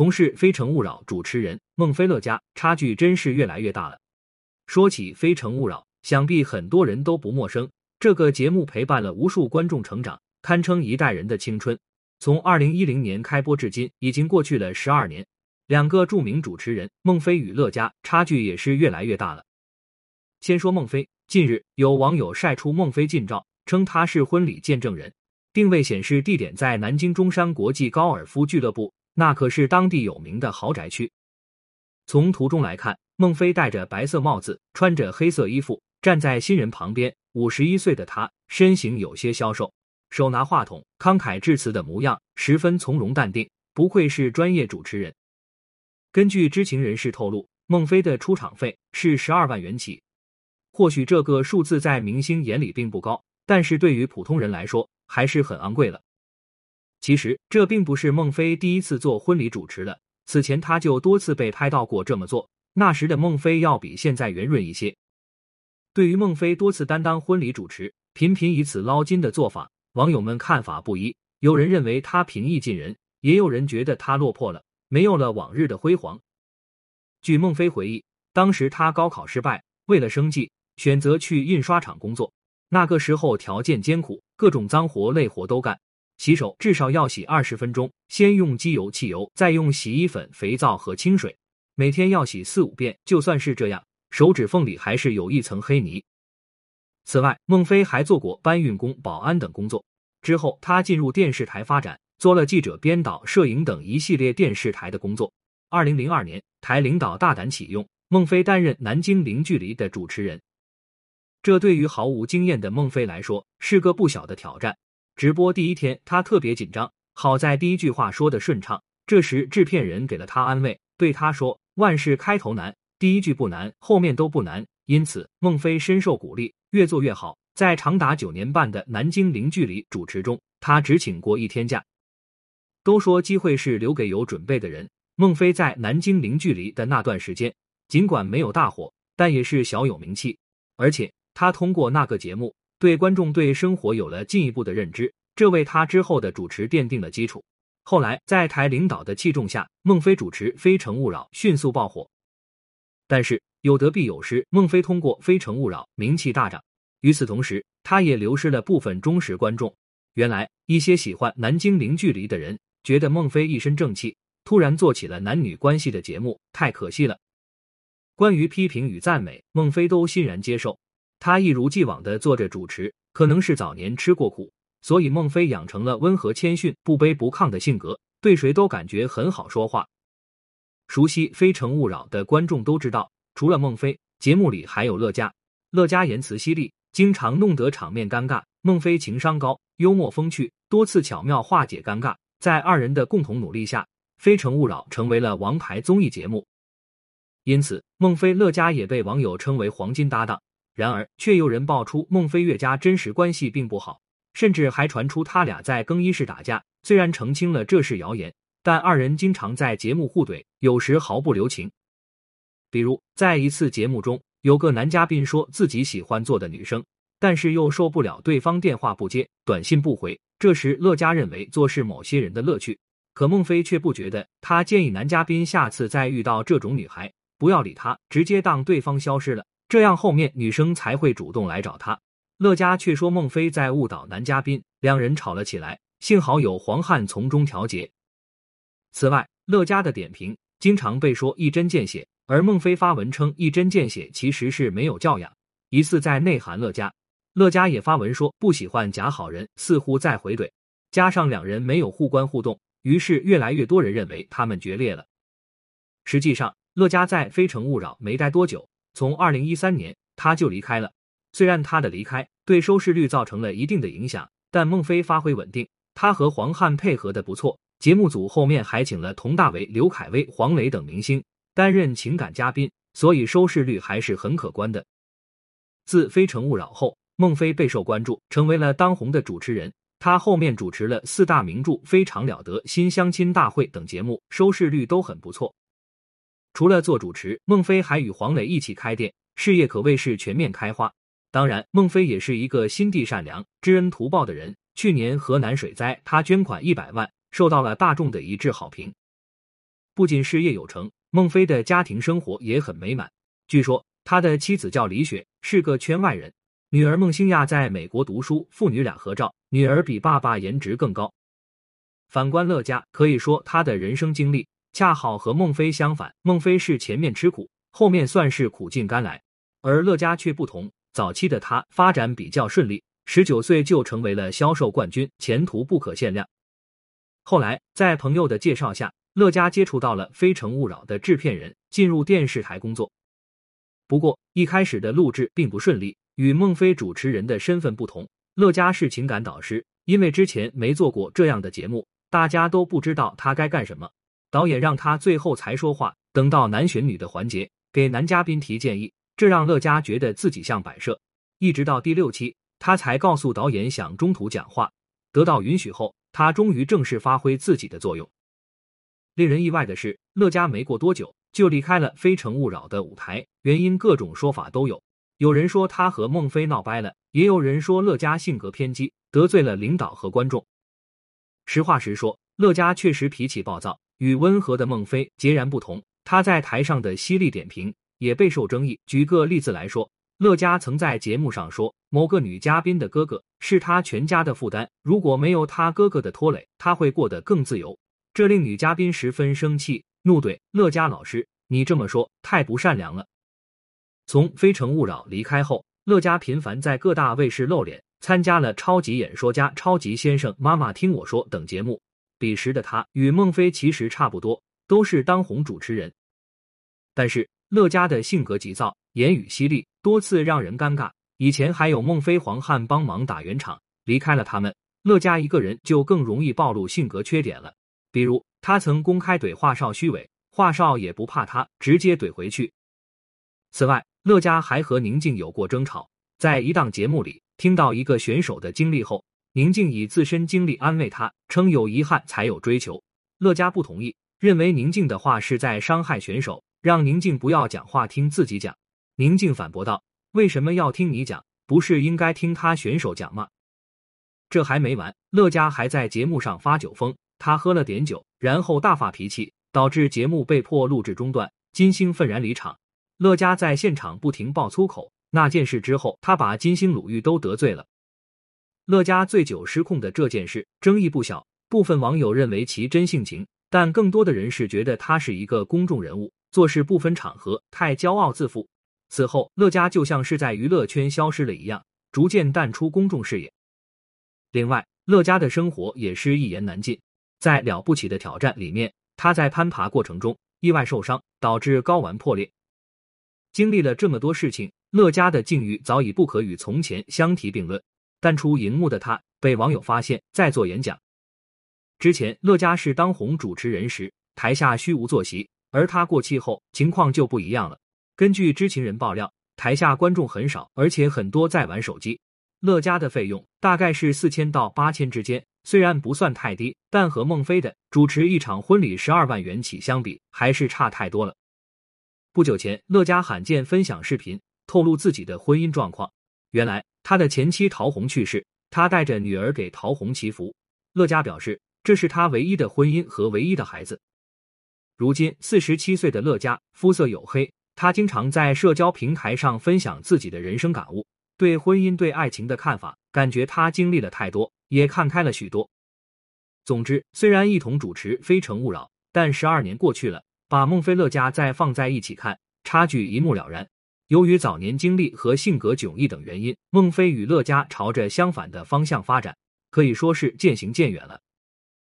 同是《非诚勿扰》主持人孟非乐嘉，差距真是越来越大了。说起《非诚勿扰》，想必很多人都不陌生。这个节目陪伴了无数观众成长，堪称一代人的青春。从2010年开播至今，已经过去了12年。两个著名主持人孟非与乐嘉，差距也是越来越大了。先说孟非，近日有网友晒出孟非近照，称他是婚礼见证人，定位显示地点在南京中山国际高尔夫俱乐部，那可是当地有名的豪宅区。从图中来看，孟非戴着白色帽子，穿着黑色衣服，站在新人旁边，51岁的他身形有些消瘦，手拿话筒，慷慨致辞的模样十分从容淡定，不愧是专业主持人。根据知情人士透露，孟非的出场费是12万元起。或许这个数字在明星眼里并不高，但是对于普通人来说还是很昂贵了。其实这并不是孟非第一次做婚礼主持了，此前他就多次被拍到过这么做，那时的孟非要比现在圆润一些。对于孟非多次担当婚礼主持，频频以此捞金的做法，网友们看法不一，有人认为他平易近人，也有人觉得他落魄了，没有了往日的辉煌。据孟非回忆，当时他高考失败，为了生计选择去印刷厂工作，那个时候条件艰苦，各种脏活累活都干。洗手至少要洗20分钟，先用机油、汽油，再用洗衣粉、肥皂和清水，每天要洗4-5遍。就算是这样，手指缝里还是有一层黑泥。此外，孟非还做过搬运工、保安等工作。之后他进入电视台发展，做了记者、编导、摄影等一系列电视台的工作。2002年，台领导大胆启用，孟非担任南京零距离的主持人。这对于毫无经验的孟非来说是个不小的挑战。直播第一天，他特别紧张，好在第一句话说得顺畅。这时制片人给了他安慰，对他说：“万事开头难，第一句不难，后面都不难。”因此，孟非深受鼓励，越做越好。在长达9年半的南京零距离主持中，他只请过1天假。都说机会是留给有准备的人，孟非在南京零距离的那段时间，尽管没有大火，但也是小有名气，而且他通过那个节目，对观众对生活有了进一步的认知，这为他之后的主持奠定了基础。后来在台领导的器重下，孟非主持《非诚勿扰》迅速爆火。但是有得必有失，孟非通过《非诚勿扰》名气大涨，与此同时，他也流失了部分忠实观众。原来一些喜欢南京零距离的人觉得孟非一身正气，突然做起了男女关系的节目，太可惜了。关于批评与赞美，孟非都欣然接受。他一如既往地做着主持，可能是早年吃过苦，所以孟非养成了温和谦逊、不卑不亢的性格，对谁都感觉很好说话。熟悉《非诚勿扰》的观众都知道，除了孟非，节目里还有乐嘉。乐嘉言辞犀利，经常弄得场面尴尬；孟非情商高，幽默风趣，多次巧妙化解尴尬。在二人的共同努力下，《非诚勿扰》成为了王牌综艺节目。因此，孟非、乐嘉也被网友称为黄金搭档。然而，却有人爆出孟非乐嘉真实关系并不好，甚至还传出他俩在更衣室打架。虽然澄清了这是谣言，但二人经常在节目互怼，有时毫不留情。比如，在一次节目中，有个男嘉宾说自己喜欢做的女生，但是又受不了对方电话不接、短信不回。这时，乐嘉认为做是某些人的乐趣，可孟非却不觉得。他建议男嘉宾下次再遇到这种女孩，不要理她，直接当对方消失了。这样后面女生才会主动来找他。乐嘉却说孟非在误导男嘉宾，两人吵了起来，幸好有黄汉从中调解。此外，乐嘉的点评经常被说一针见血，而孟非发文称一针见血其实是没有教养，疑似在内涵乐嘉。乐嘉也发文说不喜欢假好人，似乎在回怼。加上两人没有互关互动，于是越来越多人认为他们决裂了。实际上，乐嘉在《非诚勿扰》没待多久，从2013年他就离开了。虽然他的离开对收视率造成了一定的影响，但孟非发挥稳定，他和黄汉配合的不错。节目组后面还请了佟大为、刘恺威、黄磊等明星担任情感嘉宾，所以收视率还是很可观的。自《非诚勿扰》后，孟非备受关注，成为了当红的主持人。他后面主持了4大名著《非常了得》、《新相亲大会》等节目，收视率都很不错。除了做主持，孟非还与黄磊一起开店，事业可谓是全面开花。当然，孟非也是一个心地善良、知恩图报的人。去年河南水灾，他捐款100万，受到了大众的一致好评。 不仅事业有成，孟非的家庭生活也很美满。据说他的妻子叫李雪，是个圈外人。女儿孟欣亚在美国读书，父女俩合照，女儿比爸爸颜值更高。反观乐嘉，可以说他的人生经历恰好和孟非相反，孟非是前面吃苦，后面算是苦尽甘来，而乐嘉却不同。早期的他发展比较顺利，19岁就成为了销售冠军，前途不可限量。后来在朋友的介绍下，乐嘉接触到了《非诚勿扰》的制片人，进入电视台工作。不过一开始的录制并不顺利，与孟非主持人的身份不同，乐嘉是情感导师，因为之前没做过这样的节目，大家都不知道他该干什么。导演让他最后才说话，等到男选女的环节，给男嘉宾提建议，这让乐嘉觉得自己像摆设。一直到第6期，他才告诉导演想中途讲话，得到允许后，他终于正式发挥自己的作用。令人意外的是，乐嘉没过多久就离开了《非诚勿扰》的舞台，原因各种说法都有。有人说他和孟非闹掰了，也有人说乐嘉性格偏激，得罪了领导和观众。实话实说，乐嘉确实脾气暴躁，与温和的孟非截然不同。他在台上的犀利点评也备受争议。举个例子来说，乐嘉曾在节目上说，某个女嘉宾的哥哥是他全家的负担，如果没有他哥哥的拖累，他会过得更自由。这令女嘉宾十分生气，怒怼乐嘉老师，你这么说太不善良了。从《非诚勿扰》离开后，乐嘉频繁在各大卫视露脸，参加了超级演说家、超级先生、妈妈听我说等节目。彼时的他与孟非其实差不多，都是当红主持人。但是乐嘉的性格急躁，言语犀利，多次让人尴尬。以前还有孟非、黄汉帮忙打圆场，离开了他们，乐嘉一个人就更容易暴露性格缺点了。比如他曾公开怼华少虚伪，华少也不怕他，直接怼回去。此外，乐嘉还和宁静有过争吵，在一档节目里听到一个选手的经历后，宁静以自身经历安慰他，称有遗憾才有追求。乐嘉不同意，认为宁静的话是在伤害选手，让宁静不要讲话，听自己讲。宁静反驳道，为什么要听你讲，不是应该听他选手讲吗？这还没完，乐嘉还在节目上发酒疯，他喝了点酒，然后大发脾气，导致节目被迫录制中断，金星愤然离场。乐嘉在现场不停爆粗口，那件事之后，他把金星、鲁豫都得罪了。乐嘉醉酒失控的这件事争议不小，部分网友认为其真性情，但更多的人是觉得他是一个公众人物，做事不分场合，太骄傲自负。此后，乐嘉就像是在娱乐圈消失了一样，逐渐淡出公众视野。另外，乐嘉的生活也是一言难尽。在《了不起的挑战》里面，他在攀爬过程中意外受伤，导致睾丸破裂。经历了这么多事情，乐嘉的境遇早已不可与从前相提并论。淡出荧幕的他被网友发现在做演讲。之前乐嘉是当红主持人时，台下虚无坐席，而他过气后情况就不一样了。根据知情人爆料，台下观众很少，而且很多在玩手机。乐嘉的费用大概是4000到8000之间，虽然不算太低，但和孟非的主持一场婚礼12万元起相比，还是差太多了。不久前，乐嘉罕见分享视频，透露自己的婚姻状况。原来他的前妻陶虹去世，他带着女儿给陶虹祈福。乐嘉表示，这是他唯一的婚姻和唯一的孩子。如今47岁的乐嘉肤色黝黑，他经常在社交平台上分享自己的人生感悟，对婚姻对爱情的看法，感觉他经历了太多，也看开了许多。总之，虽然一同主持《非诚勿扰》，但12年过去了，把孟非乐嘉再放在一起看，差距一目了然。由于早年经历和性格迥异等原因，孟非与乐嘉朝着相反的方向发展，可以说是渐行渐远了。